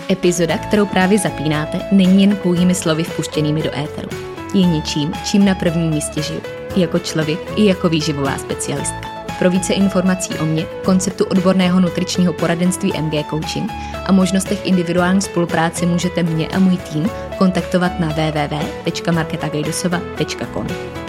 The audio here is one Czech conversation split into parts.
Epizoda, kterou právě zapínáte, není jen pouhými slovy vpuštěnými do éteru. Je něčím, čím na prvním místě žiju. I jako člověk, i jako výživová specialistka. Pro více informací o mně, konceptu odborného nutričního poradenství MG Coaching a možnostech individuální spolupráce můžete mě a můj tým kontaktovat na www.marketagajdosova.com.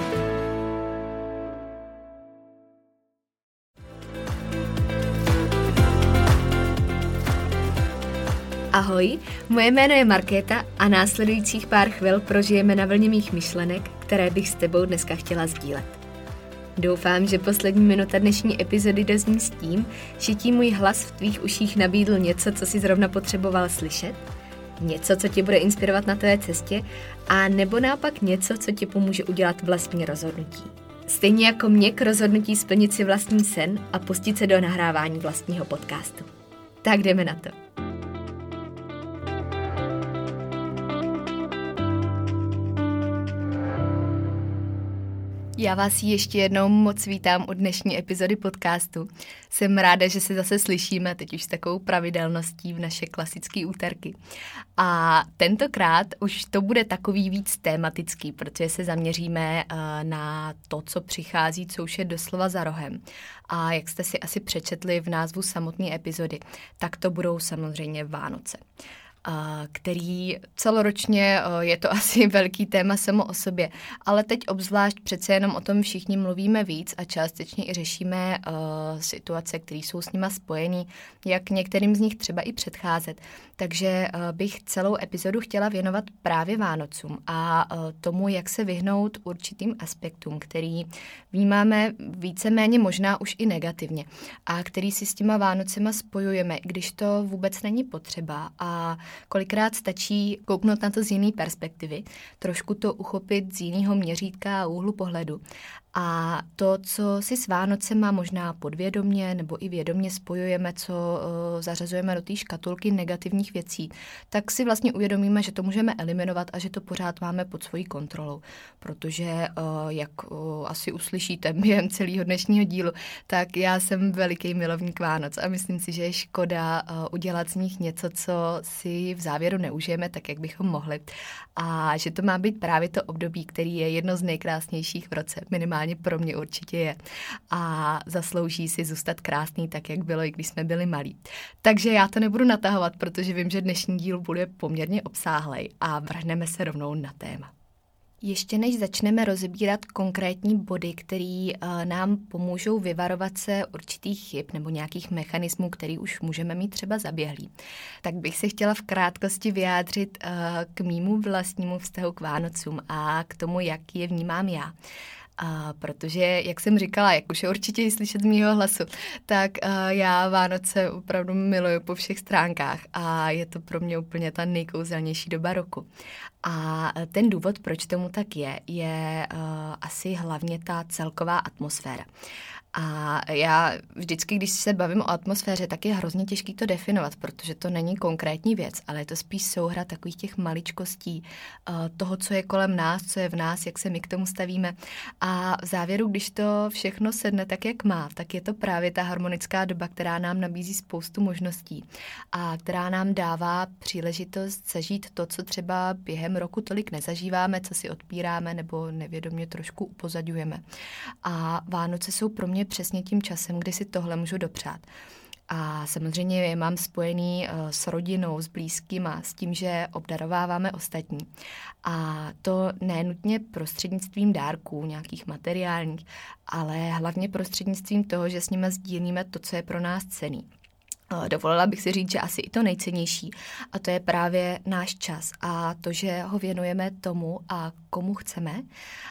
Ahoj, moje jméno je Markéta a následujících pár chvil prožijeme na vlně mých myšlenek, které bych s tebou dneska chtěla sdílet. Doufám, že poslední minuta dnešní epizody dozní s tím, že ti můj hlas v tvých uších nabídl něco, co si zrovna potřeboval slyšet, něco, co tě bude inspirovat na tvé cestě, a nebo naopak něco, co ti pomůže udělat vlastní rozhodnutí. Stejně jako mě k rozhodnutí splnit si vlastní sen a pustit se do nahrávání vlastního podcastu. Tak jdeme na to. Já vás ještě jednou moc vítám u dnešní epizody podcastu. Jsem ráda, že se zase slyšíme, teď už s takovou pravidelností v naše klasické úterky. A tentokrát už to bude takový víc tematický, protože se zaměříme na to, co přichází, co už je doslova za rohem. A jak jste si asi přečetli v názvu samotné epizody, tak to budou samozřejmě Vánoce, který celoročně je to asi velký téma samo o sobě, ale teď obzvlášť přece jenom o tom všichni mluvíme víc a částečně i řešíme situace, které jsou s nima spojený, jak některým z nich třeba i předcházet. Takže bych celou epizodu chtěla věnovat právě Vánocům a tomu, jak se vyhnout určitým aspektům, který vnímáme víceméně možná už i negativně a který si s těma Vánocema spojujeme, když to vůbec není potřeba, a kolikrát stačí kouknout na to z jiné perspektivy, trošku to uchopit z jiného měřítka a úhlu pohledu. A to, co si s Vánocema možná podvědomě nebo i vědomě spojujeme, co zařazujeme do té škatulky negativních věcí, tak si vlastně uvědomíme, že to můžeme eliminovat a že to pořád máme pod svojí kontrolou. Protože, jak asi uslyšíte během celého dnešního dílu, tak já jsem veliký milovník Vánoc a myslím si, že je škoda udělat z nich něco, co si v závěru neužijeme tak, jak bychom mohli. A že to má být právě to období, který je jedno z nejkrásnějších v roce, minimálně pro mě určitě je. A zaslouží si zůstat krásný tak, jak bylo, i když jsme byli malí. Takže já to nebudu natahovat, protože vím, že dnešní díl bude poměrně obsáhlej a vrhneme se rovnou na téma. Ještě než začneme rozebírat konkrétní body, které nám pomůžou vyvarovat se určitých chyb nebo nějakých mechanismů, který už můžeme mít třeba zaběhlý, tak bych se chtěla v krátkosti vyjádřit k mému vlastnímu vztahu k Vánocům a k tomu, jak je vnímám já. Protože, jak jsem říkala, jak už je určitě i slyšet z mýho hlasu, tak já Vánoce opravdu miluju po všech stránkách a je to pro mě úplně ta nejkouzelnější doba roku. A ten důvod, proč tomu tak je asi hlavně ta celková atmosféra. A já vždycky, když se bavím o atmosféře, tak je hrozně těžký to definovat, protože to není konkrétní věc, ale je to spíš souhra takových těch maličkostí, toho, co je kolem nás, co je v nás, jak se my k tomu stavíme. A v závěru, když to všechno sedne tak, jak má, tak je to právě ta harmonická doba, která nám nabízí spoustu možností a která nám dává příležitost zažít to, co třeba během roku tolik nezažíváme, co si odpíráme nebo nevědomě trošku upozadňujeme. A Vánoce jsou pro mě přesně tím časem, kdy si tohle můžu dopřát. A samozřejmě je mám spojený s rodinou, s blízkýma, s tím, že obdarováváme ostatní. A to nenutně prostřednictvím dárků, nějakých materiálních, ale hlavně prostřednictvím toho, že s nimi sdílíme to, co je pro nás cenný. Dovolila bych si říct, že asi i to nejcennější, a to je právě náš čas a to, že ho věnujeme tomu a komu chceme,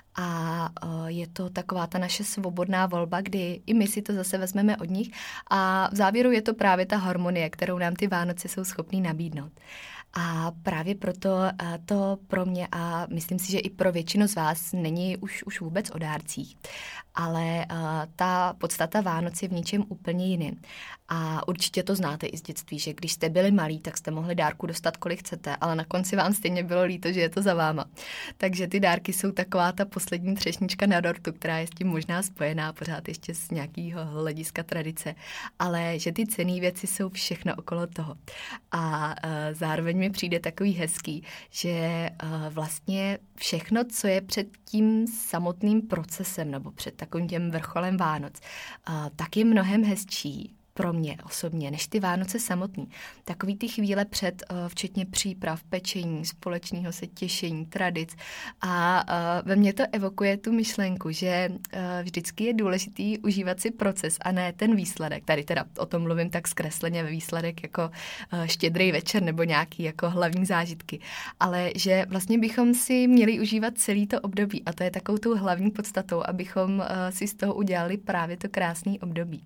a je to taková ta naše svobodná volba, kdy i my si to zase vezmeme od nich a v závěru je to právě ta harmonie, kterou nám ty Vánoce jsou schopný nabídnout. A právě proto to pro mě a myslím si, že i pro většinu z vás není už vůbec o dárcích, ale ta podstata Vánoc je v něčem úplně jiným. A určitě to znáte i z dětství, že když jste byli malí, tak jste mohli dárku dostat, kolik chcete, ale na konci vám stejně bylo líto, že je to za váma. Takže ty dárky jsou taková ta poslední poslední třešnička na dortu, která je s tím možná spojená pořád ještě z nějakého hlediska tradice, ale že ty cenné věci jsou všechno okolo toho. A zároveň mi přijde takový hezký, že vlastně všechno, co je před tím samotným procesem nebo před takovým tím vrcholem Vánoc, tak je mnohem hezčí pro mě osobně, než ty Vánoce samotný. Takový ty chvíle před, včetně příprav, pečení, společného se těšení, tradic. A ve mně to evokuje tu myšlenku, že vždycky je důležitý užívat si proces a ne ten výsledek. Tady teda o tom mluvím tak zkresleně, výsledek jako štědrý večer nebo nějaký jako hlavní zážitky. Ale že vlastně bychom si měli užívat celý to období a to je takovou tou hlavní podstatou, abychom si z toho udělali právě to krásné období.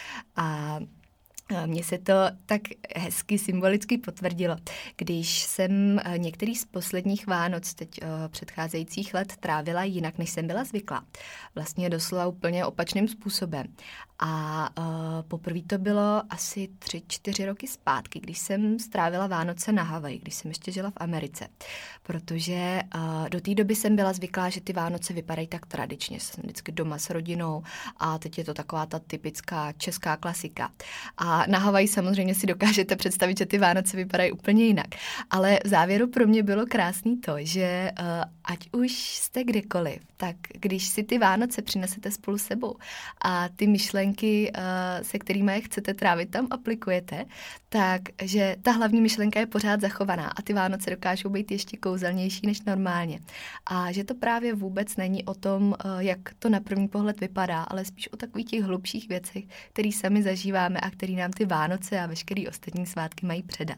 A mně se to tak hezky symbolicky potvrdilo, když jsem některý z posledních Vánoc, teď předcházejících let, trávila jinak, než jsem byla zvyklá. Vlastně doslova úplně opačným způsobem. A poprvé to bylo asi 3-4 roky zpátky, když jsem strávila Vánoce na Havaji, když jsem ještě žila v Americe. Protože do té doby jsem byla zvyklá, že ty Vánoce vypadají tak tradičně. Jsem vždycky doma s rodinou a teď je to taková ta typická česká klasika. A na Havaji samozřejmě si dokážete představit, že ty Vánoce vypadají úplně jinak. Ale v závěru pro mě bylo krásný to, že ať už jste kdekoliv, tak když si ty Vánoce přinesete spolu sebou a ty myšlenky, se kterými je chcete trávit, tam aplikujete, takže ta hlavní myšlenka je pořád zachovaná a ty Vánoce dokážou být ještě kouzelnější než normálně. A že to právě vůbec není o tom, jak to na první pohled vypadá, ale spíš o takových těch hlubších věcech, které sami zažíváme a které nám ty Vánoce a veškerý ostatní svátky mají předat.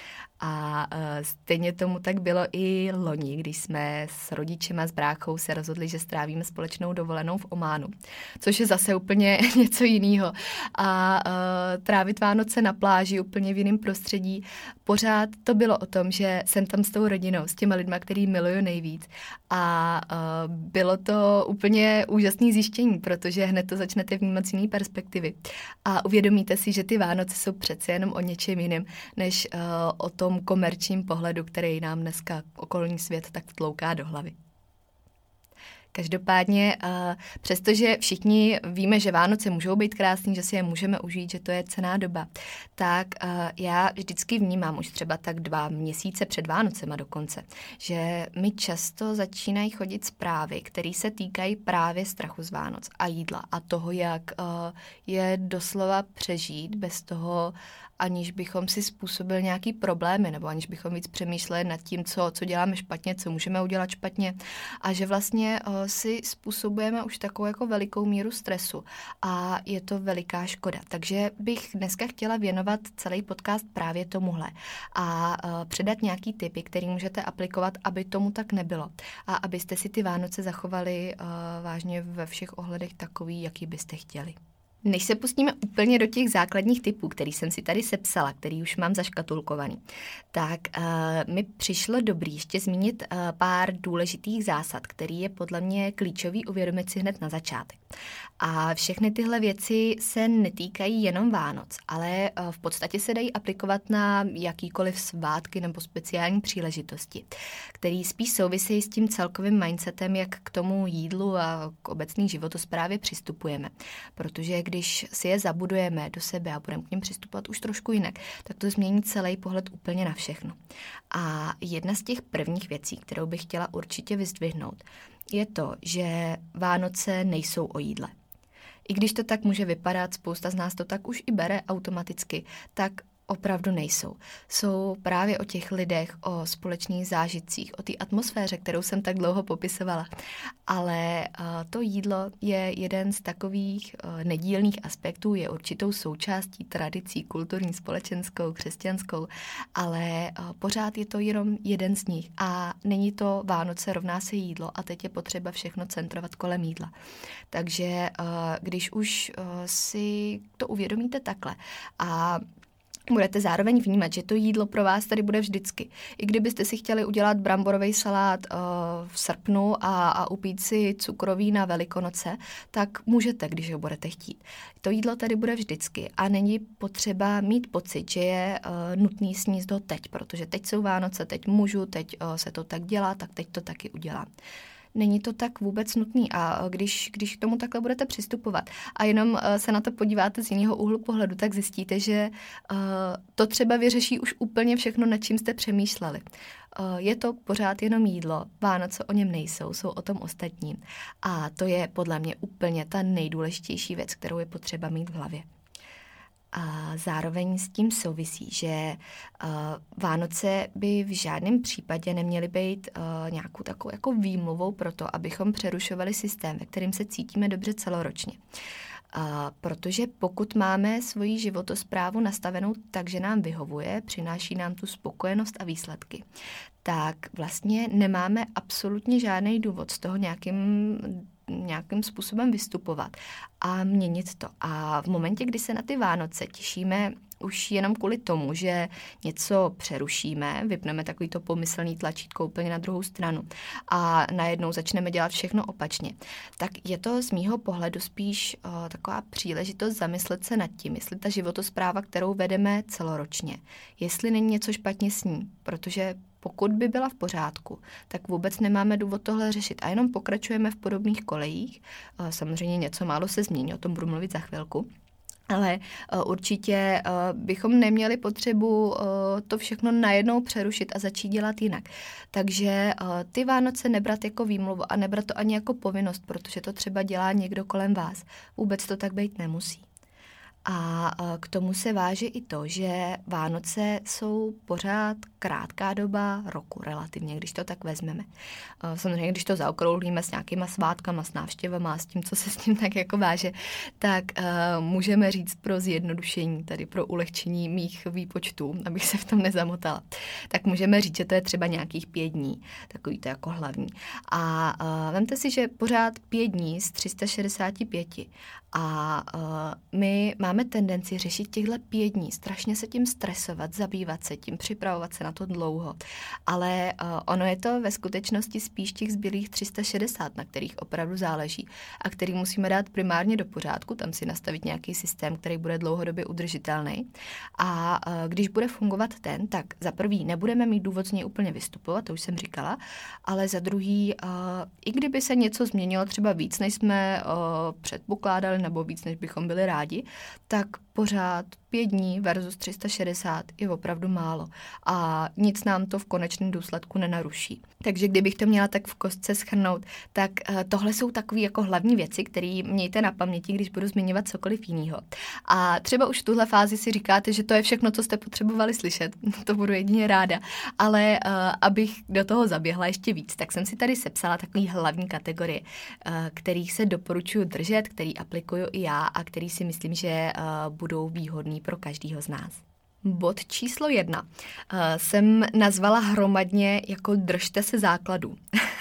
A stejně tomu tak bylo i loni, když jsme s rodičema, s bráchou se rozhodli, že strávíme společnou dovolenou v Ománu, což je zase úplně něco jiného. A trávit Vánoce na pláži úplně v jiném prostředí, pořád to bylo o tom, že jsem tam s tou rodinou, s těma lidma, který miluju nejvíc. A bylo to úplně úžasné zjištění, protože hned to začnete vnímat z jiné perspektivy. A uvědomíte si, že ty Vánoce jsou přece jenom o něčem jiném, než o tom komerčním pohledu, který nám dneska okolní svět tak tlouká do hlavy. Každopádně, přestože všichni víme, že Vánoce můžou být krásný, že si je můžeme užít, že to je cenná doba, tak já vždycky vnímám už třeba tak 2 měsíce před Vánocema dokonce, že mi často začínají chodit zprávy, které se týkají právě strachu z Vánoc a jídla a toho, jak je doslova přežít bez toho, aniž bychom si způsobili nějaký problémy nebo aniž bychom víc přemýšleli nad tím, co děláme špatně, co můžeme udělat špatně a že vlastně si způsobujeme už takovou jako velikou míru stresu a je to veliká škoda. Takže bych dneska chtěla věnovat celý podcast právě tomuhle a předat nějaký tipy, které můžete aplikovat, aby tomu tak nebylo a abyste si ty Vánoce zachovali vážně ve všech ohledech takový, jaký byste chtěli. Než se pustíme úplně do těch základních typů, který jsem si tady sepsala, který už mám zaškatulkovaný, tak mi přišlo dobrý ještě zmínit pár důležitých zásad, který je podle mě klíčový uvědomit si hned na začátek. A všechny tyhle věci se netýkají jenom Vánoc, ale v podstatě se dají aplikovat na jakýkoliv svátky nebo speciální příležitosti, který spíš souvisí s tím celkovým mindsetem, jak k tomu jídlu a k obecné životosprávě přistupujeme. Protože když si je zabudujeme do sebe a budeme k nim přistupovat už trošku jinak, tak to změní celý pohled úplně na všechno. A jedna z těch prvních věcí, kterou bych chtěla určitě vyzdvihnout, je to, že Vánoce nejsou o jídle. I když to tak může vypadat, spousta z nás to tak už i bere automaticky, tak opravdu nejsou. Jsou právě o těch lidech, o společných zážitcích, o té atmosféře, kterou jsem tak dlouho popisovala. Ale to jídlo je jeden z takových nedílných aspektů, je určitou součástí tradicí, kulturní, společenskou, křesťanskou, ale pořád je to jenom jeden z nich. A není to Vánoce rovná se jídlo a teď je potřeba všechno centrovat kolem jídla. Takže když už si to uvědomíte takhle a budete zároveň vnímat, že to jídlo pro vás tady bude vždycky. I kdybyste si chtěli udělat bramborový salát v srpnu a upít si cukroví na Velikonoce, tak můžete, když ho budete chtít. To jídlo tady bude vždycky a není potřeba mít pocit, že je nutný sníst ho teď, protože teď jsou Vánoce, teď můžu, teď se to tak dělá, tak teď to taky udělám. není to tak vůbec nutný. A když k tomu takhle budete přistupovat a jenom se na to podíváte z jiného úhlu pohledu, tak zjistíte, že to třeba vyřeší už úplně všechno, nad čím jste přemýšleli. Je to pořád jenom jídlo, Vánoce o něm nejsou, jsou o tom ostatním. A to je podle mě úplně ta nejdůležitější věc, kterou je potřeba mít v hlavě. A zároveň s tím souvisí, že Vánoce by v žádném případě neměly být nějakou takovou jako výmluvou pro to, abychom přerušovali systém, ve kterým se cítíme dobře celoročně. Protože pokud máme svoji životosprávu nastavenou tak, že nám vyhovuje, přináší nám tu spokojenost a výsledky, tak vlastně nemáme absolutně žádný důvod z toho nějakým způsobem vystupovat a měnit to. A v momentě, kdy se na ty Vánoce těšíme už jenom kvůli tomu, že něco přerušíme, vypneme takovýto pomyslný tlačítko úplně na druhou stranu a najednou začneme dělat všechno opačně, tak je to z mýho pohledu spíš taková příležitost zamyslet se nad tím, jestli ta životospráva, kterou vedeme celoročně, jestli není něco špatně s ní, protože pokud by byla v pořádku, tak vůbec nemáme důvod tohle řešit a jenom pokračujeme v podobných kolejích. Samozřejmě něco málo se změní, o tom budu mluvit za chvilku. Ale určitě bychom neměli potřebu to všechno najednou přerušit a začít dělat jinak. Takže ty Vánoce nebrat jako výmluvu a nebrat to ani jako povinnost, protože to třeba dělá někdo kolem vás. Vůbec to tak být nemusí. A k tomu se váže i to, že Vánoce jsou pořád krátká doba roku relativně, když to tak vezmeme. Samozřejmě, když to zaokrouhlíme s nějakýma svátkama, s návštěvama a s tím, co se s tím tak jako váže, tak můžeme říct pro zjednodušení, tady pro ulehčení mých výpočtů, abych se v tom nezamotala, tak můžeme říct, že to je třeba nějakých 5 dní, takový to jako hlavní. A vemte si, že pořád 5 dní z 365 a my máme tendenci řešit těchto 5 dní, strašně se tím stresovat, zabývat se tím, připravovat se na to dlouho. Ale ono je to ve skutečnosti spíš těch zbylých 360, na kterých opravdu záleží a který musíme dát primárně do pořádku, tam si nastavit nějaký systém, který bude dlouhodobě udržitelný. A když bude fungovat ten, tak za prvý nebudeme mít důvod z něj úplně vystupovat, to už jsem říkala, ale za druhý, i kdyby se něco změnilo třeba víc, než jsme předpokládali, nebo víc, než bychom byli rádi, tak pořád 5 dní versus 360 je opravdu málo a nic nám to v konečném důsledku nenaruší. Takže kdybych to měla tak v kostce shrnout, tak tohle jsou takové jako hlavní věci, které mějte na paměti, když budu zmiňovat cokoliv jiného. A třeba už v tuhle fázi si říkáte, že to je všechno, co jste potřebovali slyšet, to budu jedině ráda, ale abych do toho zaběhla ještě víc, tak jsem si tady sepsala takové hlavní kategorie, kterých se doporučuji držet, který aplikuju i já a který si myslím, že budou výhodný pro každýho z nás. Bod číslo 1 jsem nazvala hromadně jako držte se základů.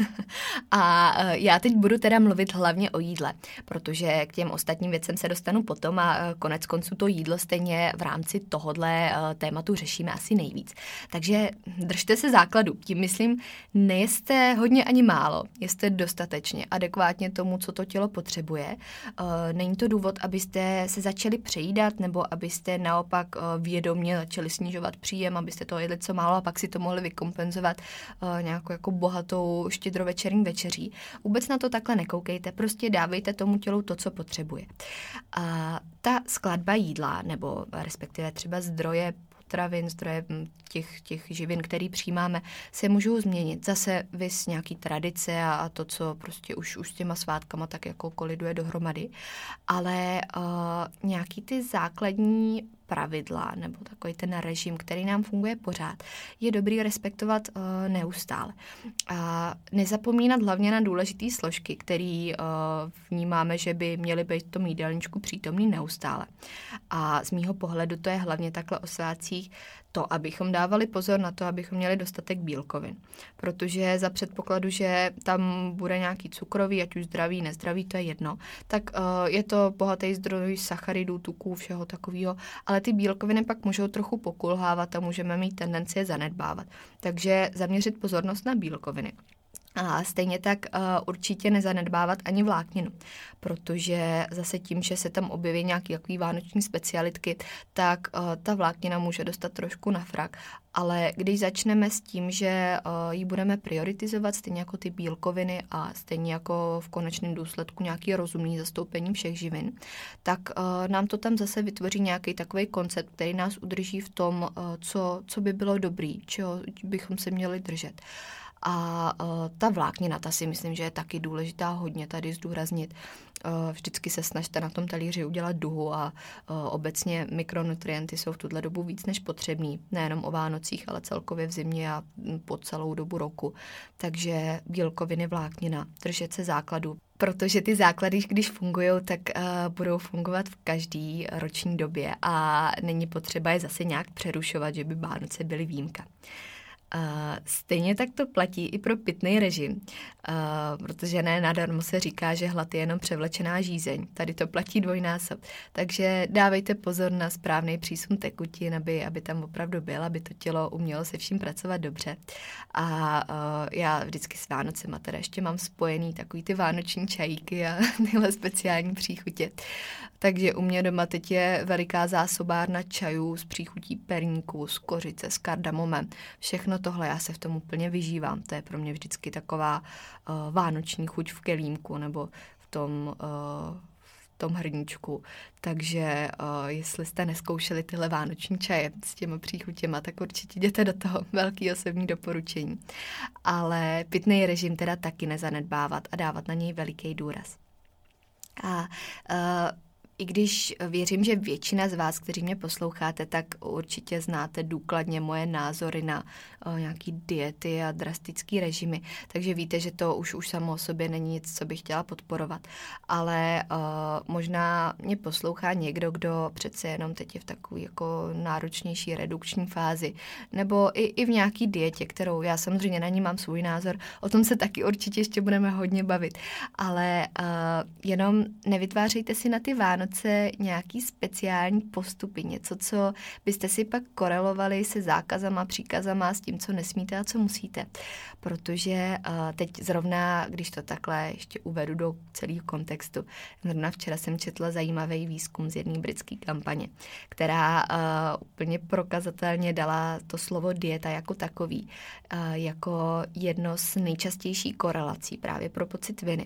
A já teď budu teda mluvit hlavně o jídle, protože k těm ostatním věcem se dostanu potom a konec konců to jídlo stejně v rámci tohodle tématu řešíme asi nejvíc. Takže držte se základů. Tím myslím, nejeste hodně ani málo, jste dostatečně adekvátně tomu, co to tělo potřebuje. Není to důvod, abyste se začali přejídat nebo abyste naopak vědomě začali snižovat příjem, abyste toho jedli co málo a pak si to mohli vykompenzovat nějakou jako bohatou štědrovečerní večeří. Vůbec na to takhle nekoukejte, prostě dávejte tomu tělu to, co potřebuje. A ta skladba jídla, nebo respektive třeba zdroje potravin, zdroje těch živin, který přijímáme, se můžou změnit. Zase vys nějaký tradice a to, co prostě už s těma svátkama tak jako koliduje dohromady. Ale nějaký ty základní pravidla nebo takový ten režim, který nám funguje pořád, je dobrý respektovat neustále. A nezapomínat hlavně na důležité složky, které vnímáme, že by měly být v tom jídelníčku přítomný neustále. A z mýho pohledu to je hlavně takhle o svátcích to, abychom dávali pozor na to, abychom měli dostatek bílkovin. Protože za předpokladu, že tam bude nějaký cukrový, ať už zdravý, nezdravý, to je jedno, tak je to bohatý zdroj sacharidů, tuků, všeho takového, ale ty bílkoviny pak můžou trochu pokulhávat a můžeme mít tendenci je zanedbávat. Takže zaměřit pozornost na bílkoviny. A stejně tak určitě nezanedbávat ani vlákninu, protože zase tím, že se tam objeví nějaký takový vánoční specialitky, tak ta vláknina může dostat trošku na frak. Ale když začneme s tím, že ji budeme prioritizovat stejně jako ty bílkoviny a stejně jako v konečném důsledku nějaký rozumný zastoupení všech živin, tak nám to tam zase vytvoří nějaký takový koncept, který nás udrží v tom, co by bylo dobrý, čeho bychom se měli držet. A ta vláknina, ta si myslím, že je taky důležitá hodně tady zdůraznit. Vždycky se snažte na tom talíři udělat duhu a obecně mikronutrienty jsou v tuhle dobu víc než potřebný. Nejenom o Vánocích, ale celkově v zimě a po celou dobu roku. Takže bílkoviny, vláknina, držet se základů. Protože ty základy, když fungují, tak budou fungovat v každé roční době a není potřeba je zase nějak přerušovat, že by Vánoce byly výjimka. Stejně tak to platí i pro pitný režim, protože ne nadarmo se říká, že hlad je jenom převlečená žízeň. Tady to platí dvojnásob. Takže dávejte pozor na správný přísun tekutin, aby tam opravdu byl, aby to tělo umělo se vším pracovat dobře. A já vždycky s Vánocema teda ještě mám spojený takový ty vánoční čajíky a tyhle speciální příchutě. Takže u mě doma teď je veliká zásobárna čajů s příchutí perníků, z kořice, s kardamomem. Všechno tohle já se v tom úplně vyžívám. To je pro mě vždycky taková vánoční chuť v kelímku nebo v tom hrníčku. Takže jestli jste neskoušeli tyhle vánoční čaje s těma příchutěma, tak určitě jděte do toho. Velký osobní doporučení. Ale pitný režim teda taky nezanedbávat a dávat na něj veliký důraz. A i když věřím, že většina z vás, kteří mě posloucháte, tak určitě znáte důkladně moje názory na nějaký diety a drastický režimy, takže víte, že to už samo o sobě není nic, co bych chtěla podporovat. Ale možná mě poslouchá někdo, kdo přece jenom teď je v takové jako náročnější redukční fázi, nebo i v nějaký dietě, kterou já samozřejmě na ní mám svůj názor, o tom se taky určitě ještě budeme hodně bavit, ale jenom nevytvářejte si na ty Vánoce nějaký speciální postupy, něco, co byste si pak korelovali se zákazama, příkazama, s tím, co nesmíte a co musíte. Protože teď zrovna, když to takhle ještě uvedu do celého kontextu, zrovna včera jsem četla zajímavý výzkum z jedné britské kampaně, která úplně prokazatelně dala to slovo dieta jako takový, jako jedno z nejčastějších korelací právě pro pocit viny.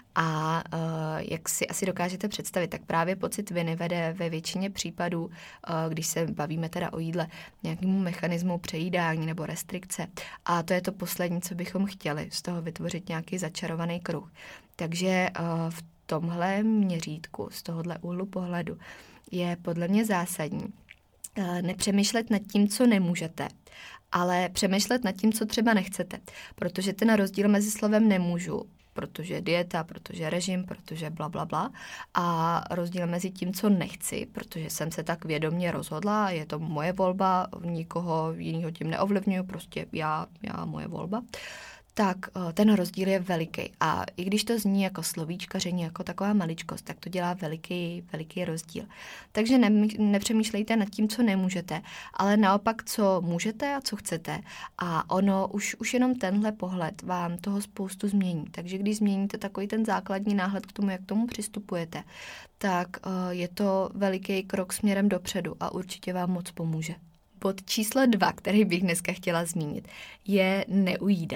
A jak si asi dokážete představit, tak právě pocit viny vede ve většině případů, když se bavíme teda o jídle, nějakému mechanismu přejídání nebo restrikce. A to je to poslední, co bychom chtěli, z toho vytvořit nějaký začarovaný kruh. Takže v tomhle měřítku, z tohohle úhlu pohledu, je podle mě zásadní nepřemýšlet nad tím, co nemůžete, ale přemýšlet nad tím, co třeba nechcete. Protože ten rozdíl mezi slovem nemůžu, protože dieta, protože režim, protože bla, bla, bla. A rozdíl mezi tím, co nechci, protože jsem se tak vědomě rozhodla, je to moje volba, nikoho jiného tím neovlivňuju, prostě já moje volba, tak ten rozdíl je veliký. A i když to zní jako slovíčkaření, jako taková maličkost, tak to dělá veliký rozdíl. Takže nepřemýšlejte nad tím, co nemůžete, ale naopak, co můžete a co chcete. A ono, už jenom tenhle pohled vám toho spoustu změní. Takže když změníte takový ten základní náhled k tomu, jak k tomu přistupujete, tak je to veliký krok směrem dopředu a určitě vám moc pomůže. Bod číslo 2, který bych dneska chtěla zmínit, je neujídat.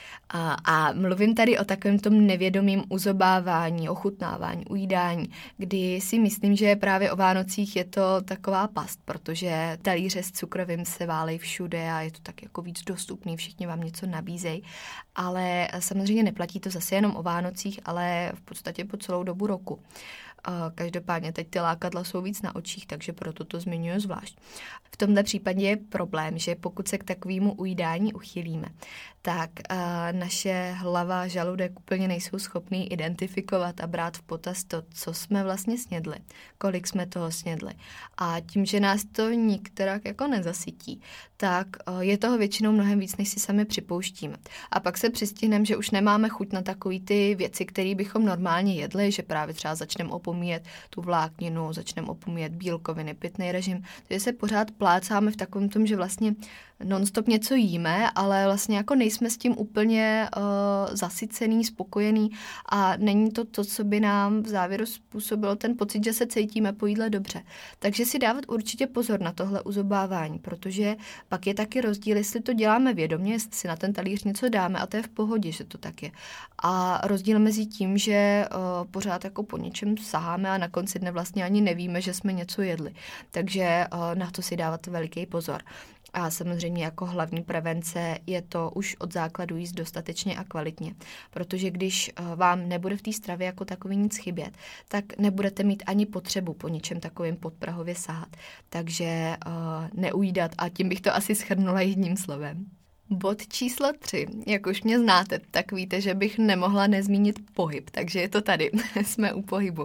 A mluvím tady o takovém tom nevědomým uzobávání, ochutnávání, ujídání, kdy si myslím, že právě o Vánocích je to taková past, protože talíře s cukrovým se válejí všude a je to tak jako víc dostupný, všichni vám něco nabízejí, ale samozřejmě neplatí to zase jenom o Vánocích, ale v podstatě po celou dobu roku. Každopádně teď ty lákadla jsou víc na očích, takže proto to zmiňuji zvlášť. V tomto případě je problém, že pokud se k takovému ujídání uchylíme, tak naše hlava, žaludek úplně nejsou schopný identifikovat a brát v potaz to, co jsme vlastně snědli, kolik jsme toho snědli. A tím, že nás to nikterak jako nezasytí, tak je toho většinou mnohem víc, než si sami připouštíme. A pak se přistihneme, že už nemáme chuť na takový ty věci, které bychom normálně jedli, že právě třeba začneme opomíjet tu vlákninu, začneme opomíjet bílkoviny, pitný režim, takže se pořád plácáme v takovém tom, že vlastně non-stop něco jíme, ale vlastně jako nejsme s tím úplně zasycený, spokojený a není to to, co by nám v závěru způsobilo ten pocit, že se cítíme po jídle dobře. Takže si dávat určitě pozor na tohle uzobávání, protože pak je taky rozdíl, jestli to děláme vědomě, jestli si na ten talíř něco dáme a to je v pohodě, že to tak je. A rozdíl mezi tím, že pořád jako po něčem saháme a na konci dne vlastně ani nevíme, že jsme něco jedli. Takže na to si dávat veliký pozor. A samozřejmě jako hlavní prevence je to už od základu jíst dostatečně a kvalitně, protože když vám nebude v té stravě jako takový nic chybět, tak nebudete mít ani potřebu po něčem takovým podprahově sahat. Takže neujídat a tím bych to asi shrnula jedním slovem. Bod číslo 3. Jak už mě znáte, tak víte, že bych nemohla nezmínit pohyb, takže je to tady. Jsme u pohybu.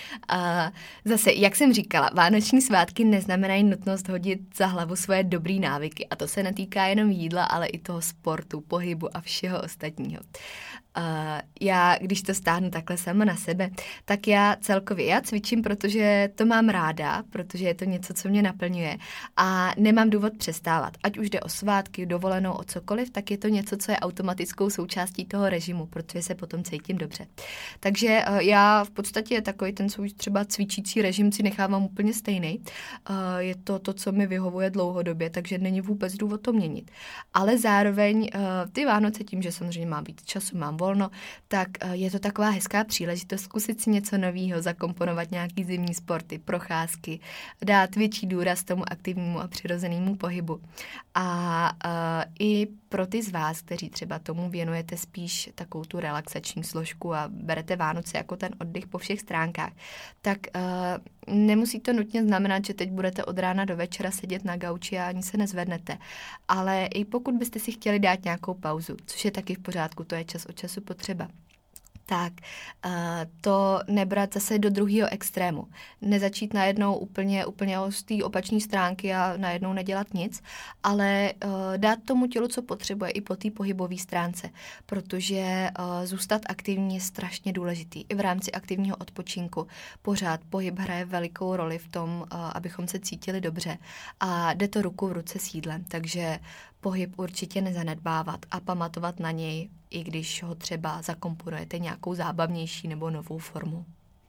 Zase, jak jsem říkala, vánoční svátky neznamenají nutnost hodit za hlavu svoje dobrý návyky. A to se netýká jenom jídla, ale i toho sportu, pohybu a všeho ostatního. Já, když to stáhnu takhle sama na sebe, tak já cvičím, protože to mám ráda, protože je to něco, co mě naplňuje a nemám důvod přestávat. Ať už jde o svátky, dovolenou, o cokoliv, tak je to něco, co je automatickou součástí toho režimu, protože se potom cítím dobře. Takže já v podstatě takový ten svůj třeba cvičící režim si nechávám úplně stejný. Je to to, co mi vyhovuje dlouhodobě, takže není vůbec důvod to měnit. Ale zároveň ty Vánoce tím, že samozřejmě mám víc času, mám volno, tak je to taková hezká příležitost zkusit si něco nového, zakomponovat nějaký zimní sporty, procházky, dát větší důraz tomu aktivnímu a přirozenému pohybu. A i pro ty z vás, kteří třeba tomu věnujete spíš takovou tu relaxační složku a berete Vánoce jako ten oddych po všech stránkách, tak nemusí to nutně znamenat, že teď budete od rána do večera sedět na gauči a ani se nezvednete. Ale i pokud byste si chtěli dát nějakou pauzu, což je taky v pořádku, to je čas od času potřeba, tak to nebrat zase do druhého extrému. Nezačít najednou úplně z té opačné stránky a najednou nedělat nic, ale dát tomu tělu, co potřebuje i po té pohybové stránce, protože zůstat aktivní je strašně důležitý. I v rámci aktivního odpočinku pořád pohyb hraje velikou roli v tom, abychom se cítili dobře a jde to ruku v ruce s jídlem, takže pohyb určitě nezanedbávat a pamatovat na něj, i když ho třeba zakomponujete nějakou zábavnější nebo novou formu.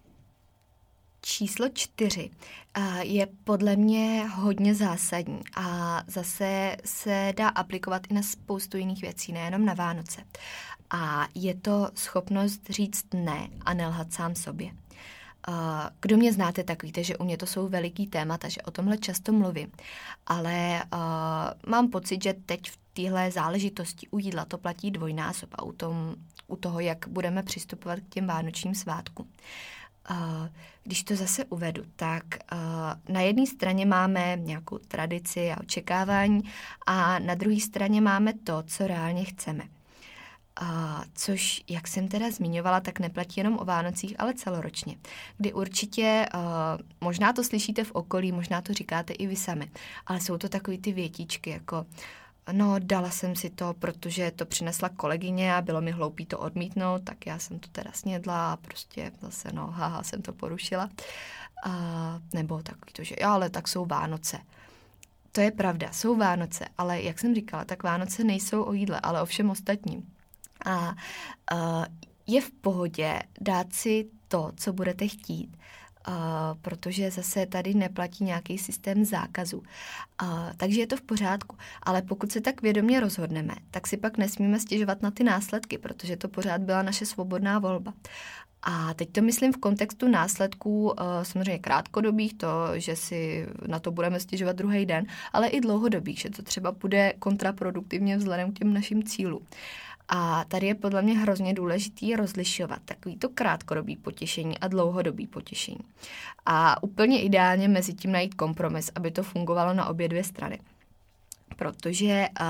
Číslo 4 je podle mě hodně zásadní a zase se dá aplikovat i na spoustu jiných věcí, nejenom na Vánoce. A je to schopnost říct ne a nelhat sám sobě. Kdo mě znáte, tak víte, že u mě to jsou veliký témata, že o tomhle často mluvím, ale mám pocit, že teď v téhle záležitosti u jídla to platí dvojnásob a u toho, jak budeme přistupovat k těm vánočním svátkům. Když to zase uvedu, tak na jedné straně máme nějakou tradici a očekávání a na druhé straně máme to, co reálně chceme. Což, jak jsem teda zmiňovala, tak neplatí jenom o Vánocích, ale celoročně. Kdy určitě, možná to slyšíte v okolí, možná to říkáte i vy sami, ale jsou to takový ty větíčky, jako no, dala jsem si to, protože to přinesla kolegyně a bylo mi hloupý to odmítnout, tak já jsem to teda snědla a prostě zase jsem to porušila. Nebo takový to, že ale tak jsou Vánoce. To je pravda, jsou Vánoce, ale jak jsem říkala, tak Vánoce nejsou o jídle, ale o všem ostatním. A je v pohodě dát si to, co budete chtít, protože zase tady neplatí nějaký systém zákazu. Takže je to v pořádku. Ale pokud se tak vědomě rozhodneme, tak si pak nesmíme stěžovat na ty následky, protože to pořád byla naše svobodná volba. A teď to myslím v kontextu následků samozřejmě krátkodobých, to, že si na to budeme stěžovat druhý den, ale i dlouhodobých, že to třeba bude kontraproduktivně vzhledem k těm našim cílům. A tady je podle mě hrozně důležitý rozlišovat takový to krátkodobý potěšení a dlouhodobý potěšení. A úplně ideálně mezi tím najít kompromis, aby to fungovalo na obě dvě strany. Protože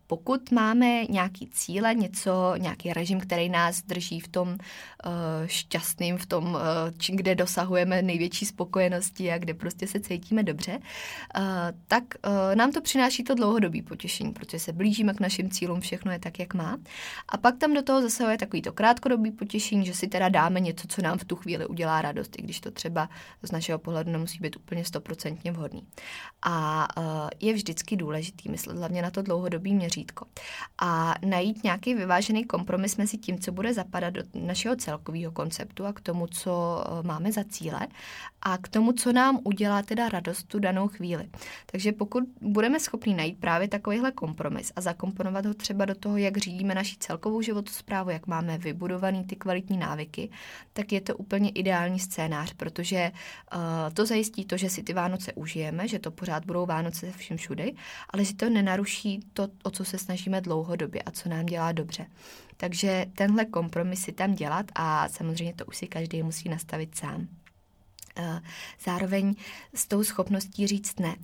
pokud máme nějaký cíle, nějaký režim, který nás drží v tom šťastným, v tom, kde dosahujeme největší spokojenosti a kde prostě se cítíme dobře, tak nám to přináší to dlouhodobé potěšení, protože se blížíme k našim cílům, všechno je tak, jak má. A pak tam do toho zasahuje takový to krátkodobý potěšení, že si teda dáme něco, co nám v tu chvíli udělá radost, i když to třeba z našeho pohledu nemusí být úplně 100% vhodný. A je vždycky důležitý myslet hlavně na to dlouhodobý měřítko. A najít nějaký vyvážený kompromis mezi tím, co bude zapadat do našeho celkového konceptu a k tomu, co máme za cíle a k tomu, co nám udělá teda radost tu danou chvíli. Takže pokud budeme schopni najít právě takovýhle kompromis a zakomponovat ho třeba do toho, jak řídíme naši celkovou životosprávu, jak máme vybudovaný ty kvalitní návyky, tak je to úplně ideální scénář, protože to zajistí to, že si ty Vánoce užijeme, že to pořád budou Vánoce se vším všudy, ale že to nenaruší to, o co se snažíme dlouhodobě a co nám dělá dobře. Takže tenhle kompromis si tam dělat a samozřejmě to už si každý musí nastavit sám. Zároveň s tou schopností říct ne.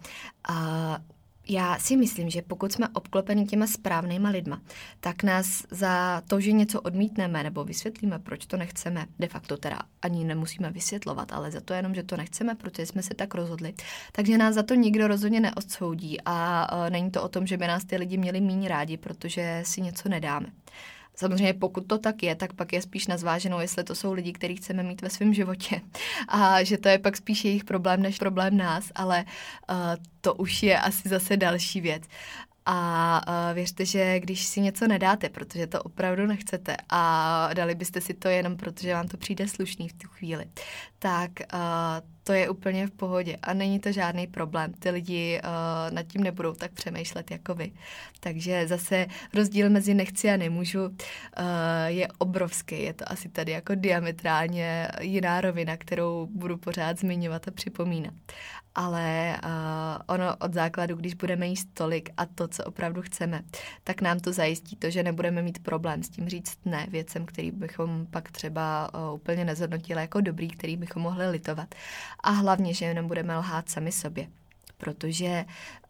Já si myslím, že pokud jsme obklopeni těma správnýma lidma, tak nás za to, že něco odmítneme nebo vysvětlíme, proč to nechceme, de facto teda ani nemusíme vysvětlovat, ale za to jenom, že to nechceme, protože jsme se tak rozhodli, takže nás za to nikdo rozhodně neodsoudí a není to o tom, že by nás ty lidi měli méně rádi, protože si něco nedáme. Samozřejmě pokud to tak je, tak pak je spíš na zváženou, jestli to jsou lidi, který chceme mít ve svém životě a že to je pak spíš jejich problém než problém nás, ale to už je asi zase další věc. A věřte, že když si něco nedáte, protože to opravdu nechcete a dali byste si to jenom protože vám to přijde slušný v tu chvíli, tak to je úplně v pohodě a není to žádný problém. Ty lidi nad tím nebudou tak přemýšlet jako vy. Takže zase rozdíl mezi nechci a nemůžu je obrovský. Je to asi tady jako diametrálně jiná rovina, kterou budu pořád zmiňovat a připomínat. Ale ono od základu, když budeme jíst tolik a to, co opravdu chceme, tak nám to zajistí to, že nebudeme mít problém s tím říct ne věcem, který bychom pak třeba úplně nezhodnotili jako dobrý, který bychom mohli litovat. A hlavně, že jenom budeme lhát sami sobě, protože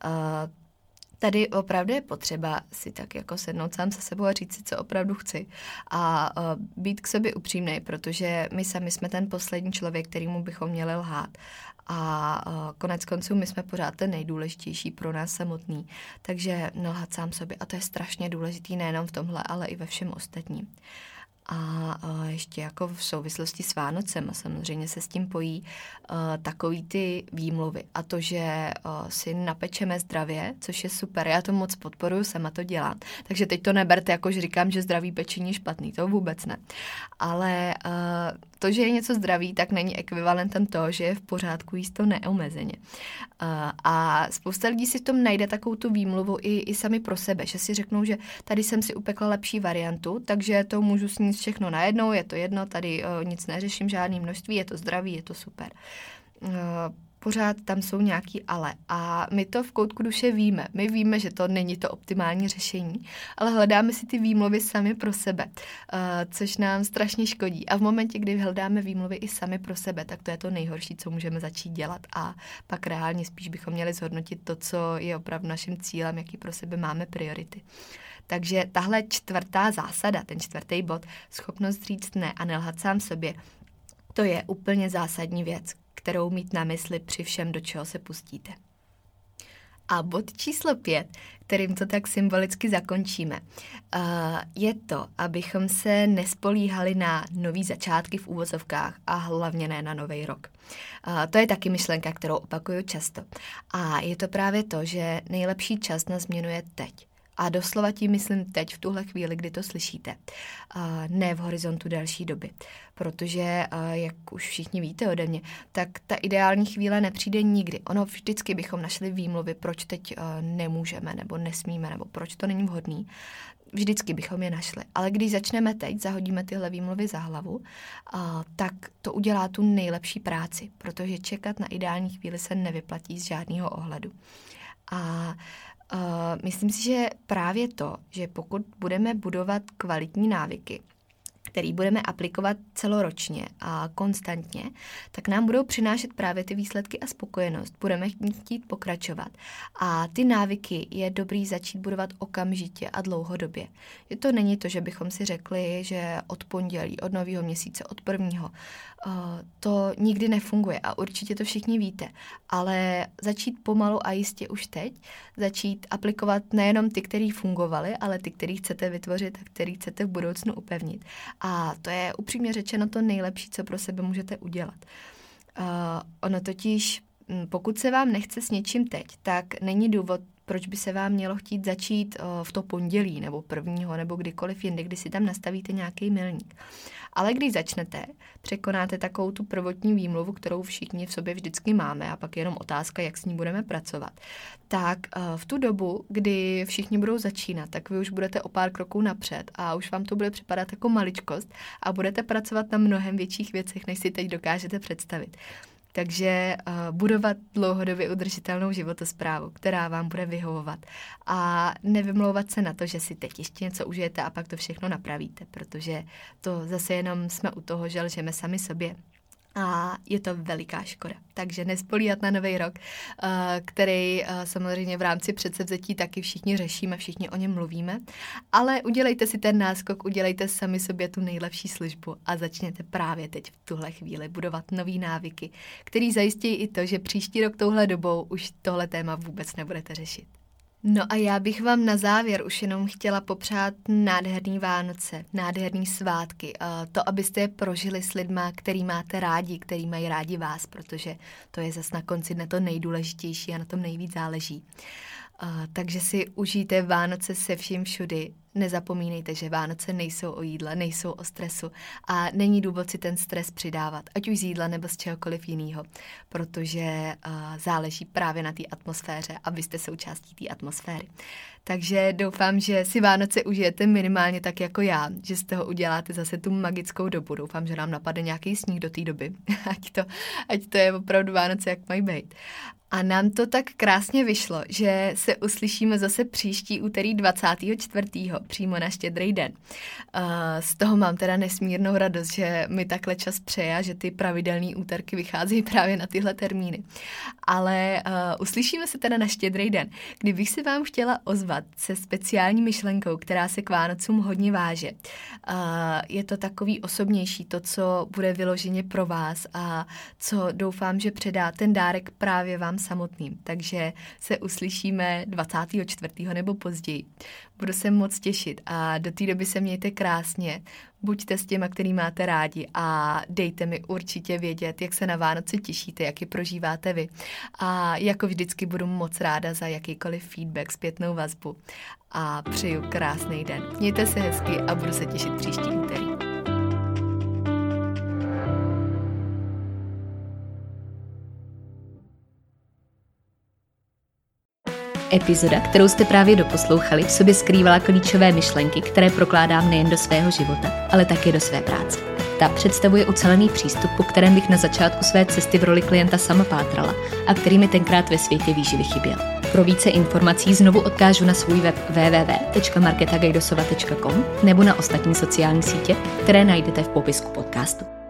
tady opravdu je potřeba si tak jako sednout sám se sebou a říct si, co opravdu chci a být k sobě upřímnej, protože my sami jsme ten poslední člověk, kterýmu bychom měli lhát. A konec konců my jsme pořád ten nejdůležitější pro nás samotný, takže nelhat sám sobě a to je strašně důležitý nejenom v tomhle, ale i ve všem ostatním. A ještě jako v souvislosti s Vánocem samozřejmě se s tím pojí takový ty výmluvy a to, že si napečeme zdravě, což je super, já to moc podporuju, sama to dělám. Takže teď to neberte jako, že říkám, že zdravý pečení je špatný, to vůbec ne. Ale to, že je něco zdravý, tak není ekvivalentem toho, že je v pořádku jíst to neomezeně. A spousta lidí si v tom najde takovou tu výmluvu i sami pro sebe, že si řeknou, že tady jsem si upekla lepší variantu, takže to můžu sníst všechno najednou, je to jedno, tady nic neřeším, žádný množství, je to zdravý, je to super. Pořád tam jsou nějaký ale. A my to v koutku duše víme. My víme, že to není to optimální řešení, ale hledáme si ty výmluvy sami pro sebe, což nám strašně škodí. A v momentě, kdy hledáme výmluvy i sami pro sebe, tak to je to nejhorší, co můžeme začít dělat. A pak reálně spíš bychom měli zhodnotit to, co je opravdu naším cílem, jaký pro sebe máme priority. Takže tahle čtvrtá zásada, ten čtvrtý bod, schopnost říct ne a nelhat sám sobě, to je úplně zásadní věc, kterou mít na mysli při všem, do čeho se pustíte. A bod číslo 5, kterým to tak symbolicky zakončíme, je to, abychom se nespolíhali na nový začátky v úvozovkách a hlavně ne na nový rok. To je taky myšlenka, kterou opakuju často. A je to právě to, že nejlepší čas na změnu je teď. A doslova tím myslím teď, v tuhle chvíli, kdy to slyšíte. Ne v horizontu další doby. Protože, jak už všichni víte ode mě, tak ta ideální chvíle nepřijde nikdy. Ono vždycky bychom našli výmluvy, proč teď nemůžeme, nebo nesmíme, nebo proč to není vhodný. Vždycky bychom je našli. Ale když začneme teď, zahodíme tyhle výmluvy za hlavu, tak to udělá tu nejlepší práci. Protože čekat na ideální chvíli se nevyplatí z žádného ohledu. A myslím si, že právě to, že pokud budeme budovat kvalitní návyky, který budeme aplikovat celoročně a konstantně, tak nám budou přinášet právě ty výsledky a spokojenost. Budeme chtít pokračovat. A ty návyky je dobrý začít budovat okamžitě a dlouhodobě. To není to, že bychom si řekli, že od pondělí, od nového měsíce, od prvního. To nikdy nefunguje a určitě to všichni víte. Ale začít pomalu a jistě už teď, začít aplikovat nejenom ty, který fungovaly, ale ty, který chcete vytvořit a který chcete v budoucnu upevnit. A to je upřímně řečeno to nejlepší, co pro sebe můžete udělat. Ono totiž, pokud se vám nechce s něčím teď, tak není důvod, proč by se vám mělo chtít začít v to pondělí nebo prvního nebo kdykoliv jinde, kdy si tam nastavíte nějaký milník. Ale když začnete, překonáte takovou tu prvotní výmluvu, kterou všichni v sobě vždycky máme a pak je jenom otázka, jak s ní budeme pracovat, tak v tu dobu, kdy všichni budou začínat, tak vy už budete o pár kroků napřed a už vám to bude připadat jako maličkost a budete pracovat na mnohem větších věcech, než si teď dokážete představit. Takže budovat dlouhodobě udržitelnou životosprávu, která vám bude vyhovovat a nevymlouvat se na to, že si teď ještě něco užijete a pak to všechno napravíte, protože to zase jenom jsme u toho, že lžeme sami sobě. A je to veliká škoda. Takže nespolíhat na nový rok, který samozřejmě v rámci předsevzetí taky všichni řešíme, všichni o něm mluvíme, ale udělejte si ten náskok, udělejte sami sobě tu nejlepší službu a začněte právě teď v tuhle chvíli budovat nový návyky, který zajistí i to, že příští rok touhle dobou už tohle téma vůbec nebudete řešit. No a já bych vám na závěr už jenom chtěla popřát nádherný Vánoce, nádherný svátky, to, abyste je prožili s lidma, který máte rádi, který mají rádi vás, protože to je zas na konci dne to nejdůležitější a na tom nejvíc záleží. Takže si užijte Vánoce se vším všudy. Nezapomínejte, že Vánoce nejsou o jídle, nejsou o stresu a není důvod si ten stres přidávat, ať už z jídla nebo z čehokoliv jiného, protože záleží právě na té atmosféře a vy jste součástí té atmosféry. Takže doufám, že si Vánoce užijete minimálně tak jako já, že z toho uděláte zase tu magickou dobu. Doufám, že nám napadne nějaký sníh do té doby, ať to je opravdu Vánoce, jak mají být. A nám to tak krásně vyšlo, že se uslyšíme zase příští úterý 24. přímo na Štědrý den. Z toho mám teda nesmírnou radost, že mi takhle čas přeje a že ty pravidelné úterky vycházejí právě na tyhle termíny. Ale uslyšíme se teda na Štědrý den, kdybych se vám chtěla ozvat se speciální myšlenkou, která se k Vánocům hodně váže. Je to takový osobnější, to, co bude vyloženě pro vás a co doufám, že předá ten dárek právě vám samotným. Takže se uslyšíme 24. nebo později. Budu se moc těšit a do té doby se mějte krásně. Buďte s těma, který máte rádi a dejte mi určitě vědět, jak se na Vánoce těšíte, jak je prožíváte vy. A jako vždycky budu moc ráda za jakýkoliv feedback, zpětnou vazbu. A přeju krásný den. Mějte se hezky a budu se těšit příští úterý. Epizoda, kterou jste právě doposlouchali, v sobě skrývala klíčové myšlenky, které prokládám nejen do svého života, ale také do své práce. Ta představuje ucelený přístup, po kterém bych na začátku své cesty v roli klienta sama pátrala a který mi tenkrát ve světě výživy chyběl. Pro více informací znovu odkážu na svůj web www.marketagajdosova.com nebo na ostatní sociální sítě, které najdete v popisku podcastu.